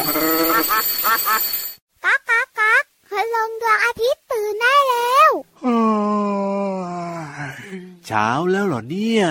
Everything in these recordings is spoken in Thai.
ก๊ากก๊ากก๊ากพลังดวงอาทิตย์ตื่นได้แล้วเช้าแล้วเหรอเนี่ย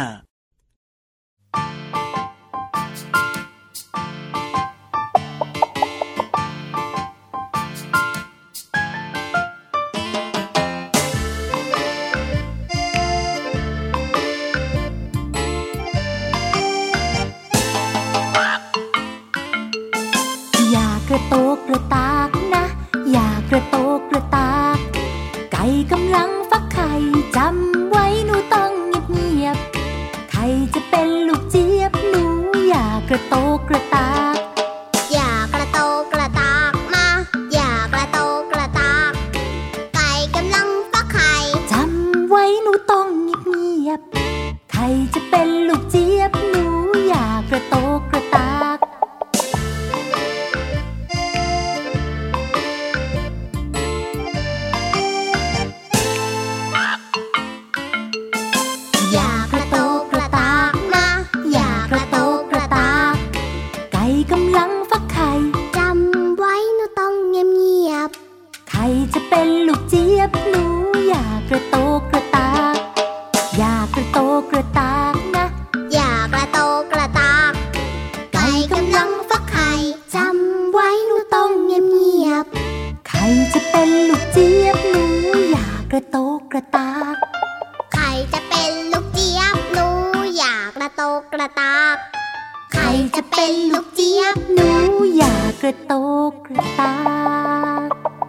กระโตกกระตากนะอย่ากระโตกกระตากไก่กำลังฟักไข่จำไว้หนูต้องเงียบๆไข่จะเป็นลูกเจี๊ยบหนูอย่ากระโตกกระตากอย่ากระโตกกระตากมาอย่ากระโตกกระตากไก่กำลังฟักไข่จำไว้หนูต้องเงียบๆไข่จะเป็นลูกเจี๊ยบหนูอย่ากระโตกกระตากจะเป็นลูกเจี๊ยบหนูอย่ากระโตกกระตากอย่ากระโตกกระตากนะอย่ากระโตกกระตากไก่กำลังฟักไข่จำไว้หนูต้องเงียบไข่จะเป็นลูกเจี๊ยบหนูอย่ากระโตกกระตากไข่จะเป็นลูกเจี๊ยบหนูอย่ากระโตกกระตากไข่จะเป็นลูกเจี๊ยบหนูอย่ากระโตกกระตาก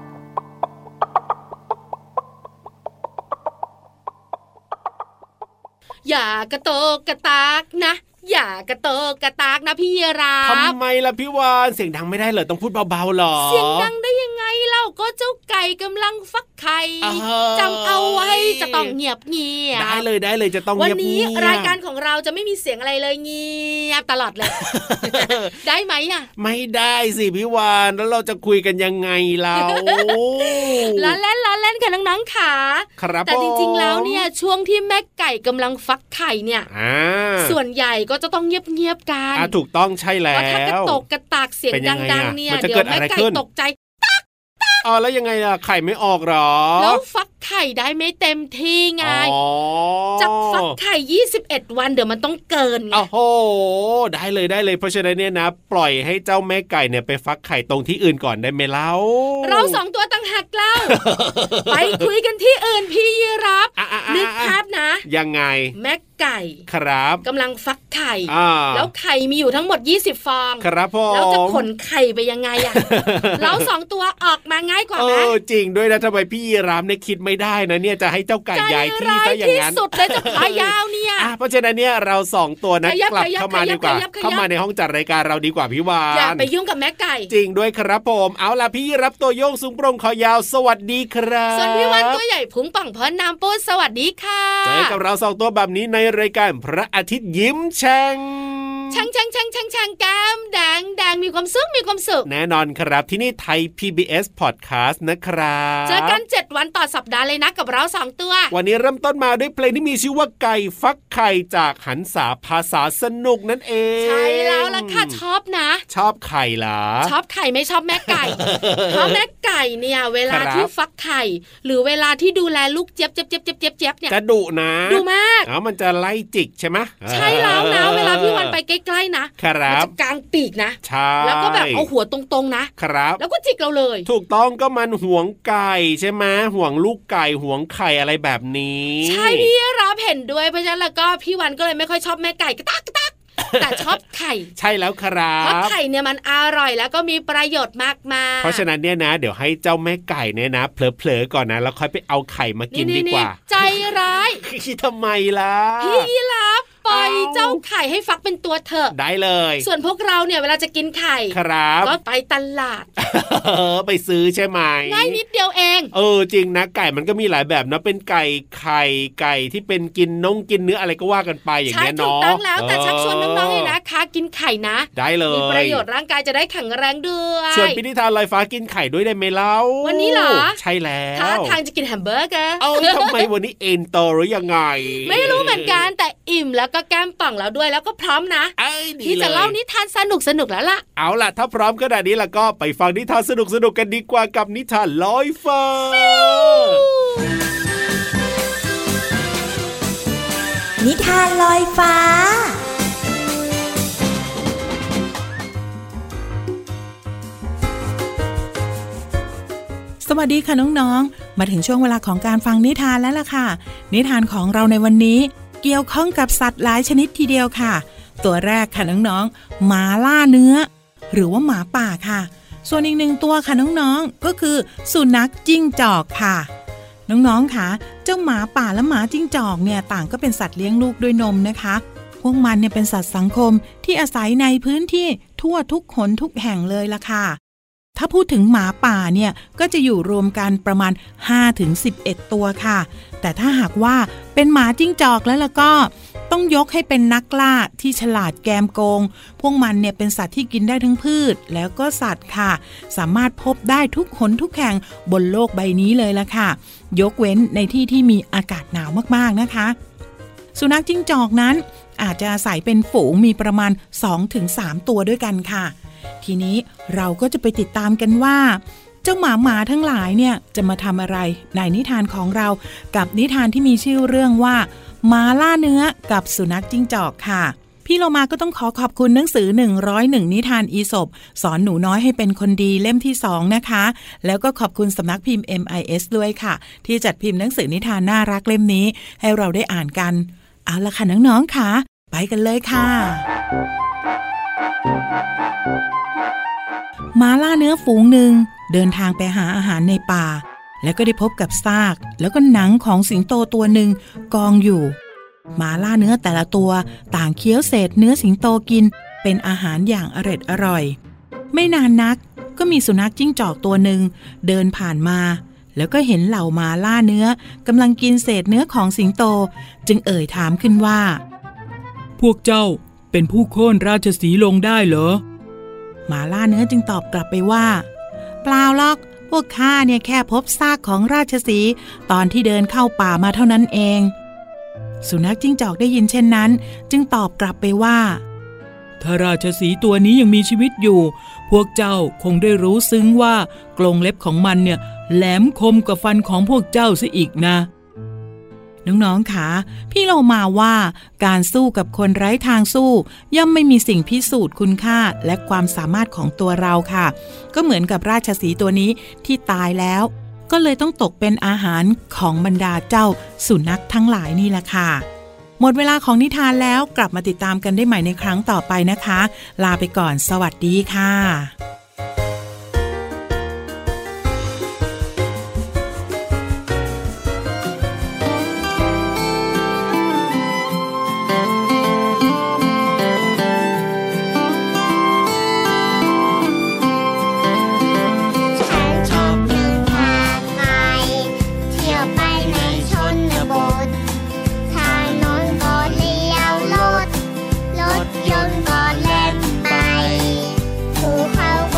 อย่ากระโตกกระตากนะอย่ากระโตกกระตากนะพี่ราบทำไมล่ะพี่วานเสียงดังไม่ได้เหรอต้องพูดเบาๆหรอเสียงดังได้ยังไงเล่าก็เจ้าไก่กำลังฟักไข่จำเอาไว้จะต้องเงียบได้เลยจะต้องเงียบวันนี้รายการของเราจะไม่มีเสียงอะไรเลยเงียบตลอดเลย ได้ไหมอ่ะไม่ได้สิพี่วานแล้วเราจะคุยกันยังไงเราล้อเล่นกันนังๆขาแต่จริงๆแล้วเนี่ยช่วงที่แม่ไก่กำลังฟักไข่เนี่ยส่วนใหญ่ก็จะต้องเงียบๆกันถูกต้องใช่แล้วถ้ากระตกกระตากเสียงดังๆเนี่ยเดี๋ยวแม่ไก่ตกใจแล้วยังไงล่ะไข่ไม่ออกหรอแล้วฟักไข่ได้ไม่เต็มที่ไงจากฟักไข่21วันเดี๋ยวมันต้องเกินไงโอ้โหได้เลยเพราะฉะนั้นเนี่ยนะปล่อยให้เจ้าแม่ไก่เนี่ยไปฟักไข่ตรงที่อื่นก่อนได้ไหมเล่าเรา2ตัวต่างหากเล่า ไปคุยกันที่อื่นพี่ยีรับนึกภาพนะยังไงแม่ไก่ครับกำลังฟักไข่แล้วไข่มีอยู่ทั้งหมด20ฟองครับผมแล้วจะขนไข่ไปยังไงอะเรา2ตัวออกมาง่ายกว่าไหมจริงด้วยนะทำไมพี่ยีรับเนี่ยคิดไม่ได้นะเนี่ยจะให้เจ้าไก่ย้ายที่ซะอย่างนั้นที่สุดเลยจะขายาวเนี่ยเพราะฉะนั้นเนี่ยเรา2ตัวนะกลับเข้ามาดีกว่าเข้ามาในห้องจัดรายการเราดีกว่าพี่วานอย่าไปยุ่งกับแม่ไก่จริงด้วยครับผมเอาล่ะพี่ยีรับตัวโยงสูงโปร่งคอยาวสวัสดีครับส่วนพี่วานตัวใหญ่พุงป่องพอน้ำปูสวัสดีค่ะเจอกับเรา2ตัวแบบนี้ในรายการพระอาทิตย์ยิ้มแฉ่งแก้มแดงมีความสุขแน่นอนครับที่นี่ไทย PBS Podcast นะครับเจอกัน7วันต่อสัปดาห์เลยนะกับเรา2ตัววันนี้เริ่มต้นมาด้วยเพลงที่มีชื่อว่าไก่ฟักไข่จากหันษาภาษาสนุกนั่นเองใช่แล้วล่ะค่ะชอบนะชอบไข่เหรอชอบไข่ไม่ชอบแม่ไก่ เพราะแม่ไก่เนี่ยเวลาที่ฟักไข่หรือเวลาที่ดูแลลูกเจี๊ยบเนี่ยจะดุนะดุมากมันจะไล่จิกใช่ไหมใช่แล้วนะเวลาพี่วันไปใกล้ๆนะมันจะกางปีกนะแล้วก็แบบเอาหัวตรงๆนะครับแล้วก็จิกเราเลยถูกต้องก็มันหวงไก่ใช่ไหมหวงลูกไก่หวงไข่อะไรแบบนี้ใช่พี่รับเห็นด้วยเพราะฉะนั้นแล้วก็พี่วันก็เลยไม่ค่อยชอบแม่ไก่กระตักแต่ชอบไข่ใช่แล้วครับเพราะไข่เนี่ยมันอร่อยแล้วก็มีประโยชน์มากมายเพราะฉะนั้นเนี่ยนะเดี๋ยวให้เจ้าแม่ไก่เนี่ยนะเผลอๆก่อนนะแล้วค่อยไปเอาไข่มากินดีกว่าใจร้ายคิดทำไมล่ะพี่รับปล่อยเจ้าไข่ให้ฟักเป็นตัวเถอะได้เลยส่วนพวกเราเนี่ยเวลาจะกินไข่ก็ไปตลาดไปซื้อใช่ไหมง่ายนิดเดียวเองจริงนะไก่มันก็มีหลายแบบนะเป็นไก่ไข่ไก่ที่เป็นกินเนื้ออะไรก็ว่ากันไปอย่างนี้เนาะใช่ถูกต้องแล้วแต่ชักชวนน้องๆเลยนะคะกินไข่นะได้เลยมีประโยชน์ร่างกายจะได้แข็งแรงด้วยชวนพิธีทานลอยฟ้ากินไข่ด้วยได้ไหมเล่าวันนี้เหรอใช่แล้วทางจะกินแฮมเบอร์เกอร์ทำไมวันนี้เอ็นโตหรือยังไงไม่รู้เหมือนกันแต่อิ่มแล้วแล้วก็แก้มป่องแล้วด้วยแล้วก็พร้อมนะที่จะเล่านิทานสนุกแล้วล่ะเอาล่ะถ้าพร้อมขนาดนี้แล้วก็ไปฟังนิทานสนุกกันดีกว่ากับนิทานลอยฟ้านิทานลอยฟ้าสวัสดีค่ะน้องๆมาถึงช่วงเวลาของการฟังนิทานแล้วล่ะค่ะนิทานของเราในวันนี้เกี่ยวข้องกับสัตว์หลายชนิดทีเดียวค่ะตัวแรกค่ะน้องๆหมาล่าเนื้อหรือว่าหมาป่าค่ะส่วนอีกหนึ่งตัวค่ะน้องๆก็คือสุนัขจิ้งจอกค่ะน้องๆค่ะเจ้าหมาป่าและหมาจิ้งจอกเนี่ยต่างก็เป็นสัตว์เลี้ยงลูกด้วยนมนะคะพวกมันเนี่ยเป็นสัตว์สังคมที่อาศัยในพื้นที่ทั่วทุกหนทุกแห่งเลยล่ะค่ะถ้าพูดถึงหมาป่าเนี่ยก็จะอยู่รวมกันประมาณ 5-11 ตัวค่ะแต่ถ้าหากว่าเป็นหมาจิ้งจอกแล้วก็ต้องยกให้เป็นนักล่าที่ฉลาดแกมโกงพวกมันเนี่ยเป็นสัตว์ที่กินได้ทั้งพืชแล้วก็สัตว์ค่ะสามารถพบได้ทุกหนทุกแห่งบนโลกใบนี้เลยล่ะค่ะยกเว้นในที่ที่มีอากาศหนาวมากๆนะคะสุนัขจิ้งจอกนั้นอาจจะอาศัยเป็นฝูงมีประมาณ 2-3 ตัวด้วยกันค่ะทีนี้เราก็จะไปติดตามกันว่าเจ้าหมาทั้งหลายเนี่ยจะมาทำอะไรในนิทานของเรากับนิทานที่มีชื่อเรื่องว่าหมาล่าเนื้อกับสุนัขจิ้งจอกค่ะพี่โลมาก็ต้องขอบคุณหนังสือ101นิทานอีสปสอนหนูน้อยให้เป็นคนดีเล่มที่2นะคะแล้วก็ขอบคุณสำนักพิมพ์ MIS ด้วยค่ะที่จัดพิมพ์หนังสือนิทานน่ารักเล่มนี้ให้เราได้อ่านกันเอาล่ะค่ะน้องๆค่ะไปกันเลยค่ะหมาล่าเนื้อฝูงหนึ่งเดินทางไปหาอาหารในป่าแล้วก็ได้พบกับซากแล้วก็หนังของสิงโตตัวหนึ่งกองอยู่หมาล่าเนื้อแต่ละตัวต่างเคี้ยวเศษเนื้อสิงโตกินเป็นอาหารอย่างอร่อยไม่นานนักก็มีสุนัขจิ้งจอกตัวหนึ่งเดินผ่านมาแล้วก็เห็นเหล่าหมาล่าเนื้อกำลังกินเศษเนื้อของสิงโตจึงเอ่ยถามขึ้นว่าพวกเจ้าเป็นผู้โค่นราชสีห์ลงได้เหรอหมาล่าเนื้อจึงตอบกลับไปว่าเปล่าหรอกพวกข้าเนี่ยแค่พบซากของราชสีห์ตอนที่เดินเข้าป่ามาเท่านั้นเองสุนัขจิ้งจอกได้ยินเช่นนั้นจึงตอบกลับไปว่าถ้าราชสีห์ตัวนี้ยังมีชีวิตอยู่พวกเจ้าคงได้รู้ซึ้งว่ากรงเล็บของมันเนี่ยแหลมคมกว่าฟันของพวกเจ้าซะอีกนะน้องๆค่ะพี่โลมาว่าการสู้กับคนไร้ทางสู้ย่อมไม่มีสิ่งพิสูจน์คุณค่าและความสามารถของตัวเราค่ะก็เหมือนกับราชสีห์ตัวนี้ที่ตายแล้วก็เลยต้องตกเป็นอาหารของบรรดาเจ้าสุนัขทั้งหลายนี่แหละค่ะหมดเวลาของนิทานแล้วกลับมาติดตามกันได้ใหม่ในครั้งต่อไปนะคะลาไปก่อนสวัสดีค่ะยนต์ก็เล่นไปภูเขา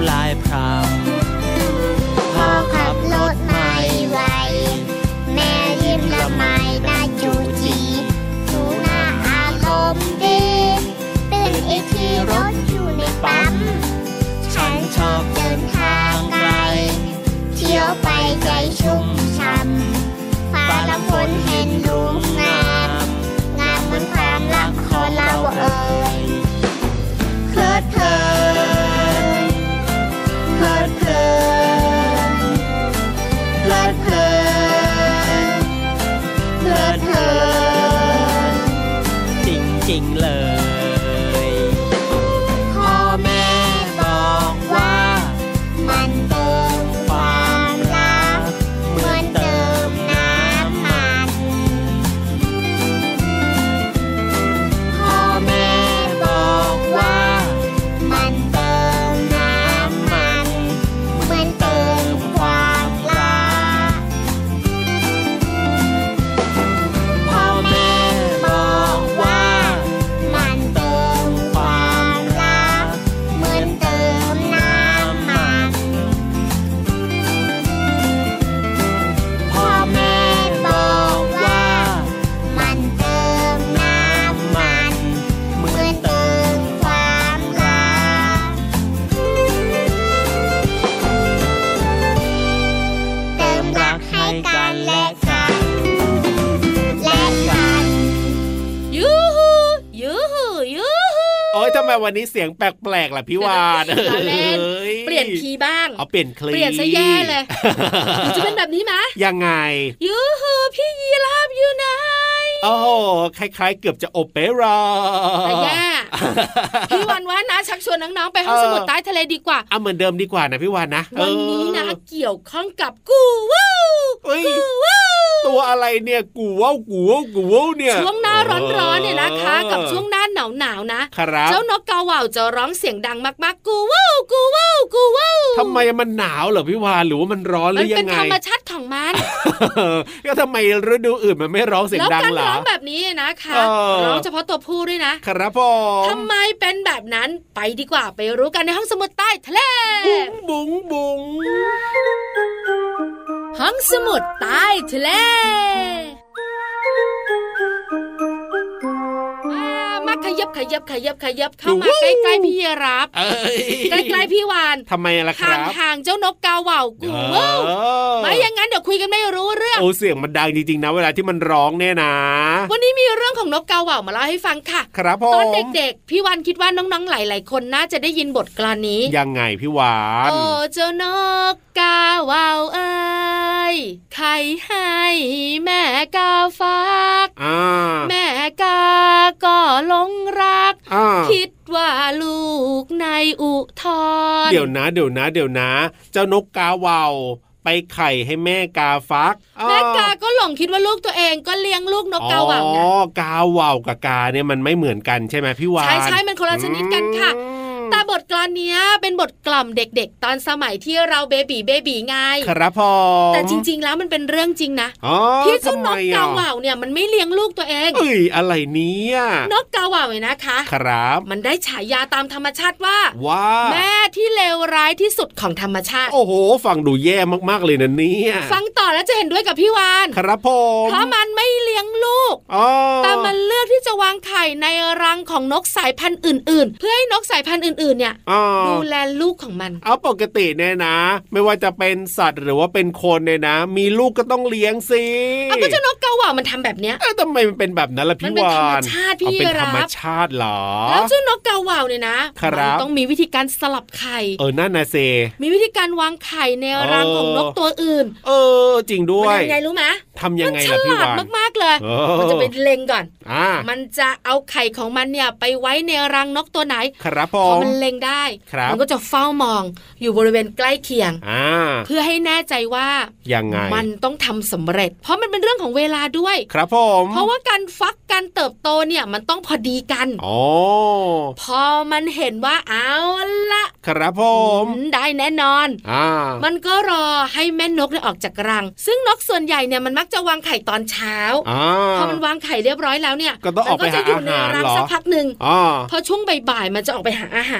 ำลายพรำพ่อขับรถไม่ไหวแม่ยิ้มละไมน่าจูจีหนูน่าอารมณ์ดีตื่นอีกทีรถอยู่ในปั๊มฉันชอบเดินทางไกลเที่ยวไปใจชุ่มช่ำฟ้าละฝนเห็นรูปงามงามเหมือนความรักของเราเอ่ยเพลิดเพลินเพลิดเพลินเพลิดเพลินเพลิดเพลินจริงๆเลยพ่อแม่บอกว่ามันเติมความรักเหมือนเติมน้ำมันพ่อแม่บอกว่ามันเติมน้ำมันเหมือนเติมความรักพ่อแม่บอกว่ามันเติมความรักเหมือนเติมน้ำมันพ่อแม่บอกว่ามันเติมน้ำมันเหมือนเติมความรักเติมรักให้กันและกันและกันยูฮูยูฮูยูฮูโอ๊ยทำไมวันนี้เสียงแปลกๆล่ะพี่วานเล่นเปลี่ยนคีย์บ้างเอาเปลี่ยนคลีย์เปลี่ยนซะแย่เลยมันจะเป็นแบบนี้ไหมยังไงยูฮูพี่ยีราฟอยู่ไหนโอ้โหคล้ายๆเกือบจะโอเปร่าแต่แย่พี่วันว่านะชักชวนน้องๆไปห้องสมุดใต้ทะเลดีกว่าเอาเหมือนเดิมดีกว่านะพี่วานนะวันนี้นะเกี่ยวข้องกับกูว้าวกูว้าวตัวอะไรเนี่ยกูว้าวกูว้าวกูว้าวเนี่ยช่วงหน้าร้อนๆเนี่ยนะคะกับช่วงหน้าหนาวๆนะเจ้านกกาเหว่าจะร้องเสียงดังมากๆกูว้าวกูว้าวกูว้าวทำไมมันหนาวเหรอพี่วานหรือว่ามันร้อนหรือยังไงมันเป็นธรรมชาติของมันก็ทำไมฤดูอื่นมันไม่ร้องเสียงดังล่ะแล้วการร้องแบบนี้นะคะร้องเฉพาะตัวผู้ด้วยนะครับผมทำไมเป็นแบบนั้นไปดีกว่าไปรู้กันในห้องสมุดใต้ทะเลบุ๋งบุ๋งห้องสมุดใต้ทะเลมาขยับเข้ามาใกล้ๆพี่รับใกล้ๆพี่วานทำไมล่ะครับห่างๆเจ้านกกาเหว่ากูไม่อย่างนั้นเดี๋ยวคุยกันไม่รู้เรื่องโอ้เสียงมันดังจริงๆนะเวลาที่มันร้องเนี่ยนะวันนี้มีเรื่องของนกกาเหว่ามาเล่าให้ฟังค่ะครับผมตอนเด็กๆพี่วานคิดว่าน้องๆหลายๆคนน่าจะได้ยินบทกลอนนี้ยังไงพี่วานโอ้เจ้านกกาเหว่าเอ้ยใครให้แม่กาฟักแม่กาก็หลงรักคิดว่าลูกในอุทธรเดี๋ยวนะเจ้านกกาเหว่าไปไข่ให้แม่กาฟักแม่กาก็หลงคิดว่าลูกตัวเองก็เลี้ยงลูกนกกาเหว่าไงกาเหว่ากับกาเนี่ยมันไม่เหมือนกันใช่ไหมพี่วานใช่มันคนละชนิดกันค่ะแต่บทกลอนนี้เป็นบทกล่อมเด็กๆตอนสมัยที่เราเบบีไงครับพ่อแต่จริงๆแล้วมันเป็นเรื่องจริงนะที่เจ้านกกาเหว่าเนี่ยมันไม่เลี้ยงลูกตัวเองอะไรเนี่ยนกกาเหว่าเนี่ยนะคะครับมันได้ฉายาตามธรรมชาติว่าแม่ที่เลวร้ายที่สุดของธรรมชาติโอ้โหฟังดูแย่มากๆเลยนะเนี่ยฟังต่อแล้วจะเห็นด้วยกับพี่วานครับผมเพราะมันไม่เลี้ยงลูกแต่มันเลือกที่จะวางไข่ในรังของนกสายพันธุ์อื่นๆเพื่อให้นกสายพันธุ์อื่นๆเนี่ยดูแลลูกของมันเอาปกติเนี่ยนะไม่ว่าจะเป็นสัตว์หรือว่าเป็นคนเนี่ยนะมีลูกก็ต้องเลี้ยงสิก็เจ้านกกาเหว่ามันทำแบบเนี้ยทำไมมันเป็นแบบนั้นล่ะพี่วานมันเป็นธรรมชาติพี่เป็นธรรมชาติเหรอแล้วเจ้านกกาเหว่าเนี่ยนะมันต้องมีวิธีการสลับไข่นั่นนะเซมีวิธีการวางไข่ในรังของนกตัวอื่นจริงด้วยมันยังไงรู้ไหมทำยังไงล่ะพี่วานมากๆเลยมันจะเป็นเล็งก่อนมันจะเอาไข่ของมันเนี่ยไปไว้ในรังนกตัวไหนครับผมพอมันเล็งได้มันก็จะเฝ้ามองอยู่บริเวณใกล้เคียงเพื่อให้แน่ใจว่ายังไงมันต้องทำสำเร็จเพราะมันเป็นเรื่องของเวลาด้วยครับผมเพราะว่าการฟักการเติบโตเนี่ยมันต้องพอดีกันพอมันเห็นว่าเอาละครับผมได้แน่นอนมันก็รอให้แม่นกได้ออกจากรังซึ่งนกส่วนใหญ่เนี่ยมันมักจะวางไข่ตอนเช้าพอมันวางไข่เรียบร้อยแล้วเนี่ยก็ต้องออกไปหาอาหารสักพักนึงพอช่วงบ่ายๆมันจะออกไปหาอาหาร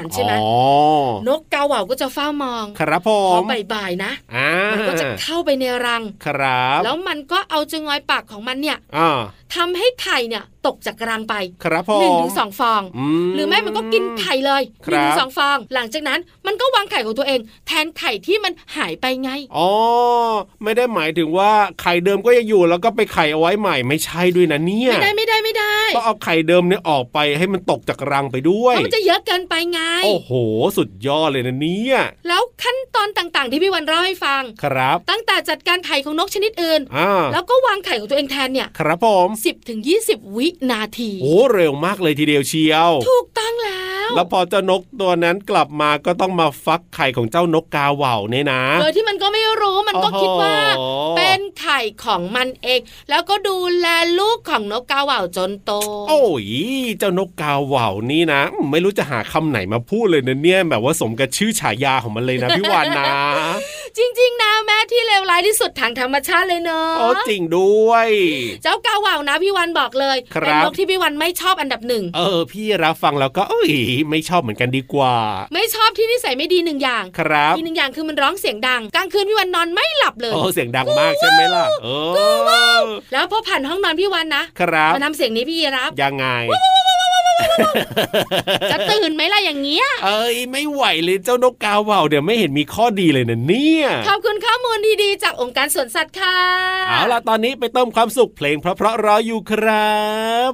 านใช่ไหมนกกาเหว่าก็จะเฝ้ามองครับผมพอบ่ายๆนะมันก็จะเข้าไปในรังครับแล้วมันก็เอาจะงอยปากของมันเนี่ยทำให้ไข่เนี่ยตกจากรังไปครับผม 1-2 ฟองหรือไม่มันก็กินไข่เลย1-2 ฟองหลังจากนั้นมันก็วางไข่ของตัวเองแทนไข่ที่มันหายไปไงอ๋อไม่ได้หมายถึงว่าไข่เดิมก็ยังอยู่แล้วก็ไปไข่เอาไว้ใหม่ไม่ใช่ด้วยนะเนี่ยไม่ได้ต้องเอาไข่เดิมเนี่ยออกไปให้มันตกจากรังไปด้วยเพราะมันจะเยอะเกินไปไงโอ้โหสุดยอดเลยนะเนี่ยแล้วขั้นตอนต่างๆที่พี่วันเล่าให้ฟังครับตั้งแต่จัดการไข่ของนกชนิดอื่นแล้วก็วางไข่ของตัวเองแทนเนี่ยครับผม 10-20 วินาทีโอ้เร็วมากเลยทีเดียวเชียวถูกต้องแล้วพอเจ้านกตัวนั้นกลับมาก็ต้องมาฟักไข่ของเจ้านกกาเหว่าเนี่ยนะโดยที่มันก็ไม่รู้มันก็คิดว่าเป็นไข่ของมันเองแล้วก็ดูแลลูกของนกกาเหว่าจนโตโอ้ยเจ้านกกาเหว่านี่นะไม่รู้จะหาคำไหนมาพูดเลยนะเนี่ยแบบว่าสมกับชื่อฉายาของมันเลยนะพี่วานนะจริงๆนะแม่ที่เลวร้ายที่สุดทางธรรมชาติเลยเนอะอ๋อจริงด้วยเจ้ากาเหว่านะพี่วานบอกเลยเป็นนกที่พี่วานไม่ชอบอันดับ1 พี่รับฟังแล้วก็ไม่ชอบเหมือนกันดีกว่าไม่ชอบที่นิสัยไม่ดี1อย่างครับอีก1อย่างคือมันร้องเสียงดังกลางคืนพี่วันนอนไม่หลับเลยเสียงดังมากใช่ไหมล่ะแล้วพอผ่านห้องนอนพี่วันนะครับมาทำเสียงนี้พี่รับยังไงจะตื่นไหมล่ะอย่างเงี้ยไม่ไหวเลยเจ้านกกาเหว่าเดี๋ยวไม่เห็นมีข้อดีเลยนะเนี่ยขอบคุณข้อมูลดีๆจากองค์การสวนสัตว์ค่ะเอาล่ะตอนนี้ไปเติมความสุขเพลงเพราะๆรออยู่ครับ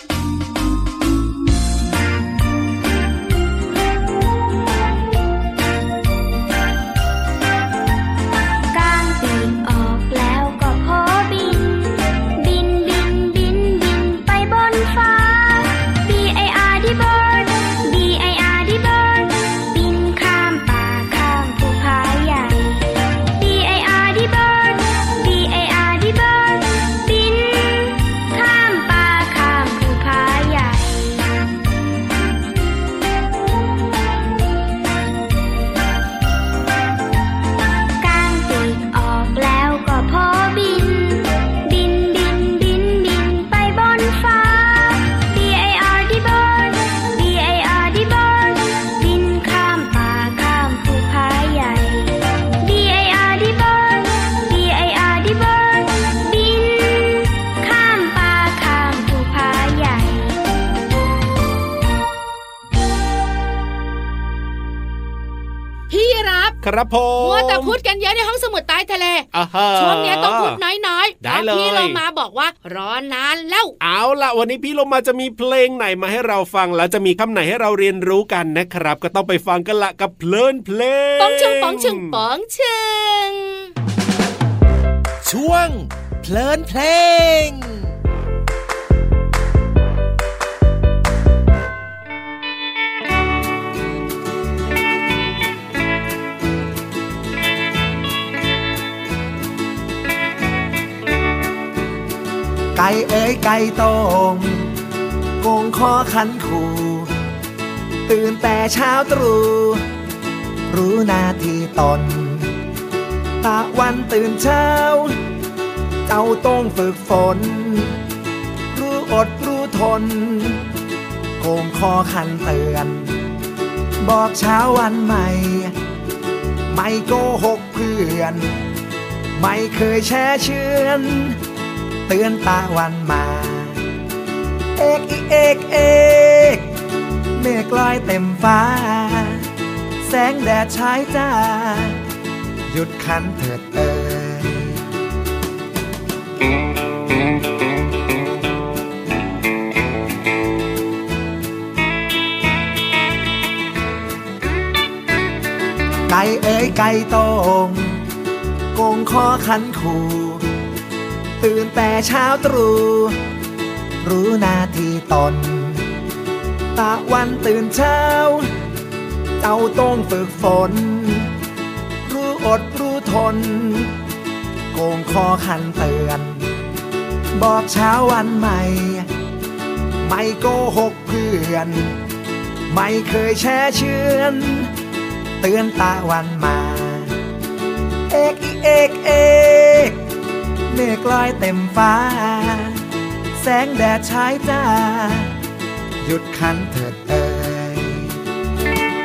ครับผมมัวแต่พูดกันเยอะในห้องสมุดใต้ทะเลช่วงนี้ต้องพูดน้อยๆได้เลยพี่เรามาบอกว่ารอนานแล้วเอาล่ะวันนี้พี่เรามาจะมีเพลงไหนมาให้เราฟังแล้วจะมีคำไหนให้เราเรียนรู้กันนะครับก็ต้องไปฟังกันละกับเพลินเพลงป๋องชึงป๋องชึงป๋องชึงช่วงเพลินเพลงไก่เอ๋ยไก่ตรงโกงคอขันขู่ตื่นแต่เช้าตรู่รู้นาทีตนตะวันตื่นเช้าเจ้าต้องฝึกฝนรู้อดรู้ทนโกงคอขันเตือนบอกเช้าวันใหม่ไม่โกหกเพื่อนไม่เคยแช่เชือนเตือนตะวันมาเอกอีเอกเอกเมฆลอยเต็มฟ้าแสงแดดฉายจ้าหยุดขันเถิดเอ่ยไก่เอ๋ยไก่ตรงโกงคอขันขู่ตื่นแต่เช้าตรู่รู้นาทีตนตะวันตื่นเช้าเจ้าต้องฝึกฝนรู้อดรู้ทนโกงคอขันเตือนบอกเช้าวันใหม่ไม่โกหกเพื่อนไม่เคยแช่เชือนเตือนตะวันมาเอกอีเอกเอกเมฆลอยเต็มฟ้าแสงแดดฉายจ้าหยุดขันเถิดเอ่ย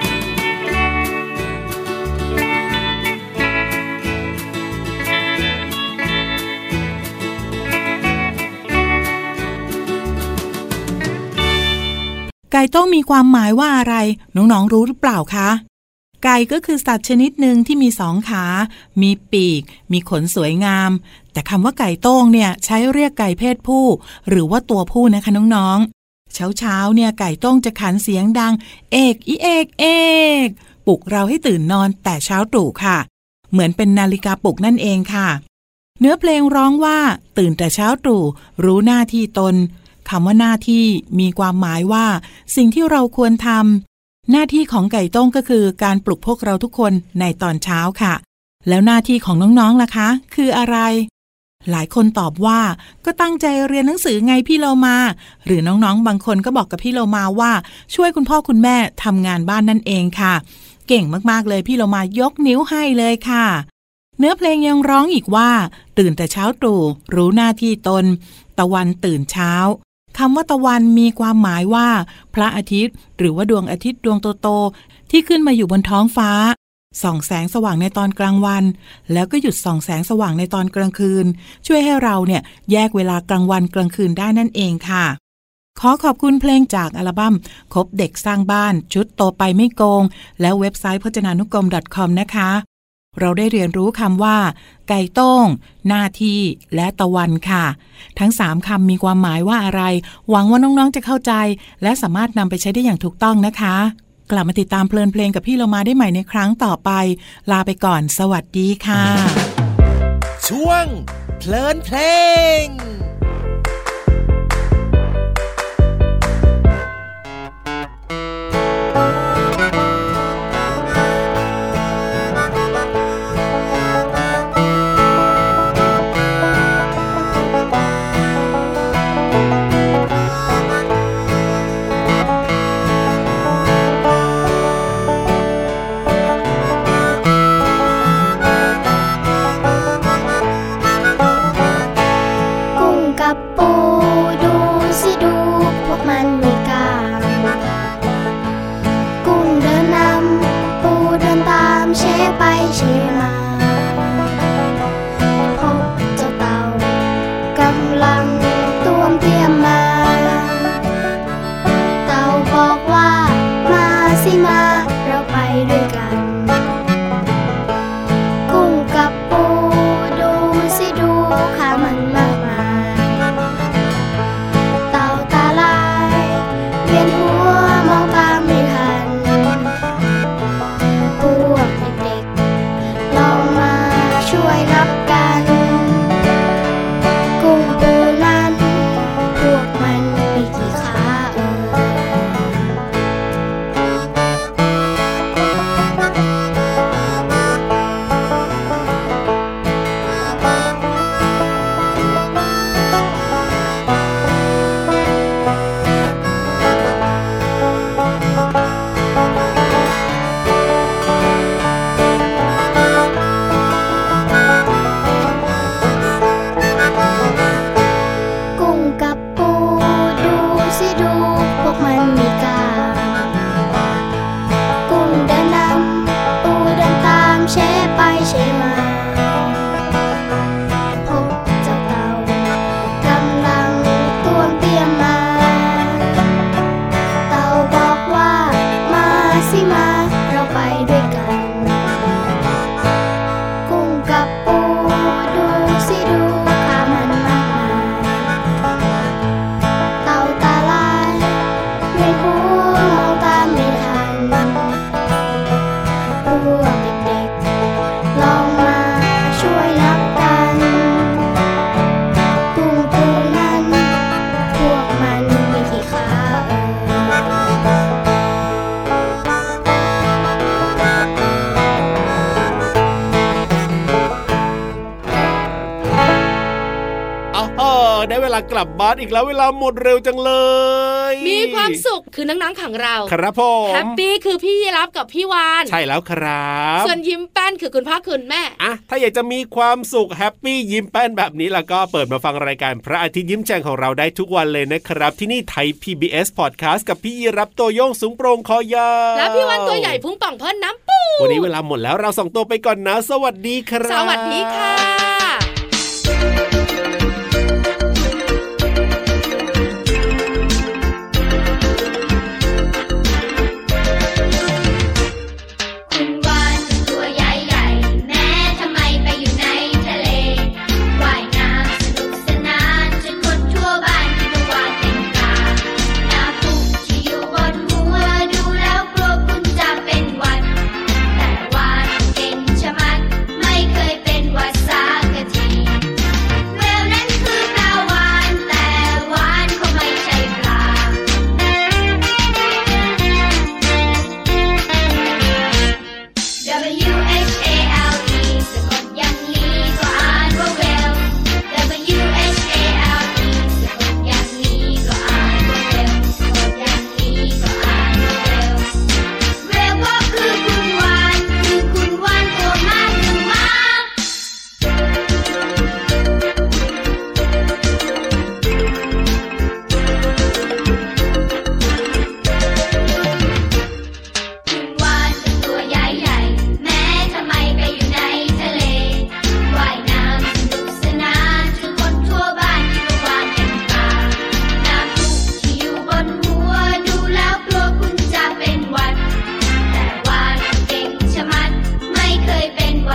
ก่ต้องมีความหมายว่าอะไรน้องๆรู้หรือเปล่าคะไก่ก็คือสัตว์ชนิดหนึ่งที่มี2 ขามีปีกมีขนสวยงามแต่คำว่าไก่โต้งเนี่ยใช้เรียกไก่เพศผู้หรือว่าตัวผู้นะคะน้องๆเช้าเนี่ยไก่โต้งจะขันเสียงดังเอกอีเอกเอกปลุกเราให้ตื่นนอนแต่เช้าตรู่ค่ะเหมือนเป็นนาฬิกาปลุกนั่นเองค่ะเนื้อเพลงร้องว่าตื่นแต่เช้าตรู่รู้หน้าที่ตนคำว่าหน้าที่มีความหมายว่าสิ่งที่เราควรทำหน้าที่ของไก่โต้งก็คือการปลุกพวกเราทุกคนในตอนเช้าค่ะแล้วหน้าที่ของน้องๆล่ะคะคืออะไรหลายคนตอบว่าก็ตั้งใจเรียนหนังสือไงพี่โลมาหรือน้องๆบางคนก็บอกกับพี่โลมาว่าช่วยคุณพ่อคุณแม่ทำงานบ้านนั่นเองค่ะเก่งมากๆเลยพี่โลมายกนิ้วให้เลยค่ะเนื้อเพลงยังร้องอีกว่าตื่นแต่เช้าตรู่รู้หน้าที่ตนตะวันตื่นเช้าคำว่าตะวันมีความหมายว่าพระอาทิตย์หรือว่าดวงอาทิตย์ดวงโตๆที่ขึ้นมาอยู่บนท้องฟ้าส่องแสงสว่างในตอนกลางวันแล้วก็หยุดส่องแสงสว่างในตอนกลางคืนช่วยให้เราเนี่ยแยกเวลากลางวันกลางคืนได้นั่นเองค่ะขอขอบคุณเพลงจากอัลบั้มคบเด็กสร้างบ้านชุดโตไปไม่โกงและเว็บไซต์พจนานุกรม .com นะคะเราได้เรียนรู้คำว่าไก่โต้งหน้าที่และตะวันค่ะทั้ง3คำมีความหมายว่าอะไรหวังว่าน้องๆจะเข้าใจและสามารถนำไปใช้ได้อย่างถูกต้องนะคะกลับมาติดตามเพลินเพลงกับพี่โลมาได้ใหม่ในครั้งต่อไปลาไปก่อนสวัสดีค่ะช่วงเพลินเพลงกลับบ้านอีกแล้วเวลาหมดเร็วจังเลยมีความสุขคือน้องๆของเราครับผมแฮปปี้คือพี่ยีรับกับพี่วานใช่แล้วครับส่วนยิ้มแป้นคือคุณพ่อคุณแม่อ่ะถ้าอยากจะมีความสุขแฮปปี้ยิ้มแป้นแบบนี้แล้วก็เปิดมาฟังรายการพระอาทิตย์ยิ้มแฉ่งของเราได้ทุกวันเลยนะครับที่นี่ไทย PBS Podcast กับพี่ยีรับตัวโยงสูงโปร่งคอยาวและพี่วานตัวใหญ่พุงป่องพ่นน้ำปูวันนี้เวลาหมดแล้วเราส่งตัวไปก่อนนะสวัสดีครับสวัสดีค่ะ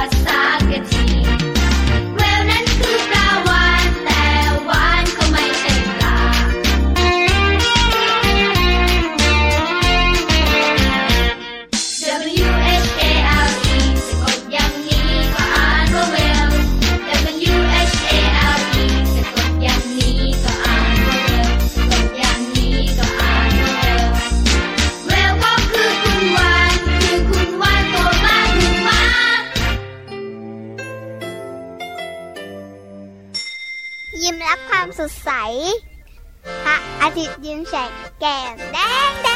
ว่าสากะทีเวลนั้นคือปลาวาฬแต่วาฬก็ไม่ใช่ปลาW-H-A-L-E สะกดอย่างนี้ก็อ่านว่าเวล W-H-A-L-E สะกดอย่างนี้ก็อ่านว่าเวลสะกดอย่างนี้ก็อ่านว่าเวลเวลก็คือคุณวาฬตัวมากหรือม้ายิ้มรับความสดใสพระอาทิตย์ยิ้มแฉกแก้มแดง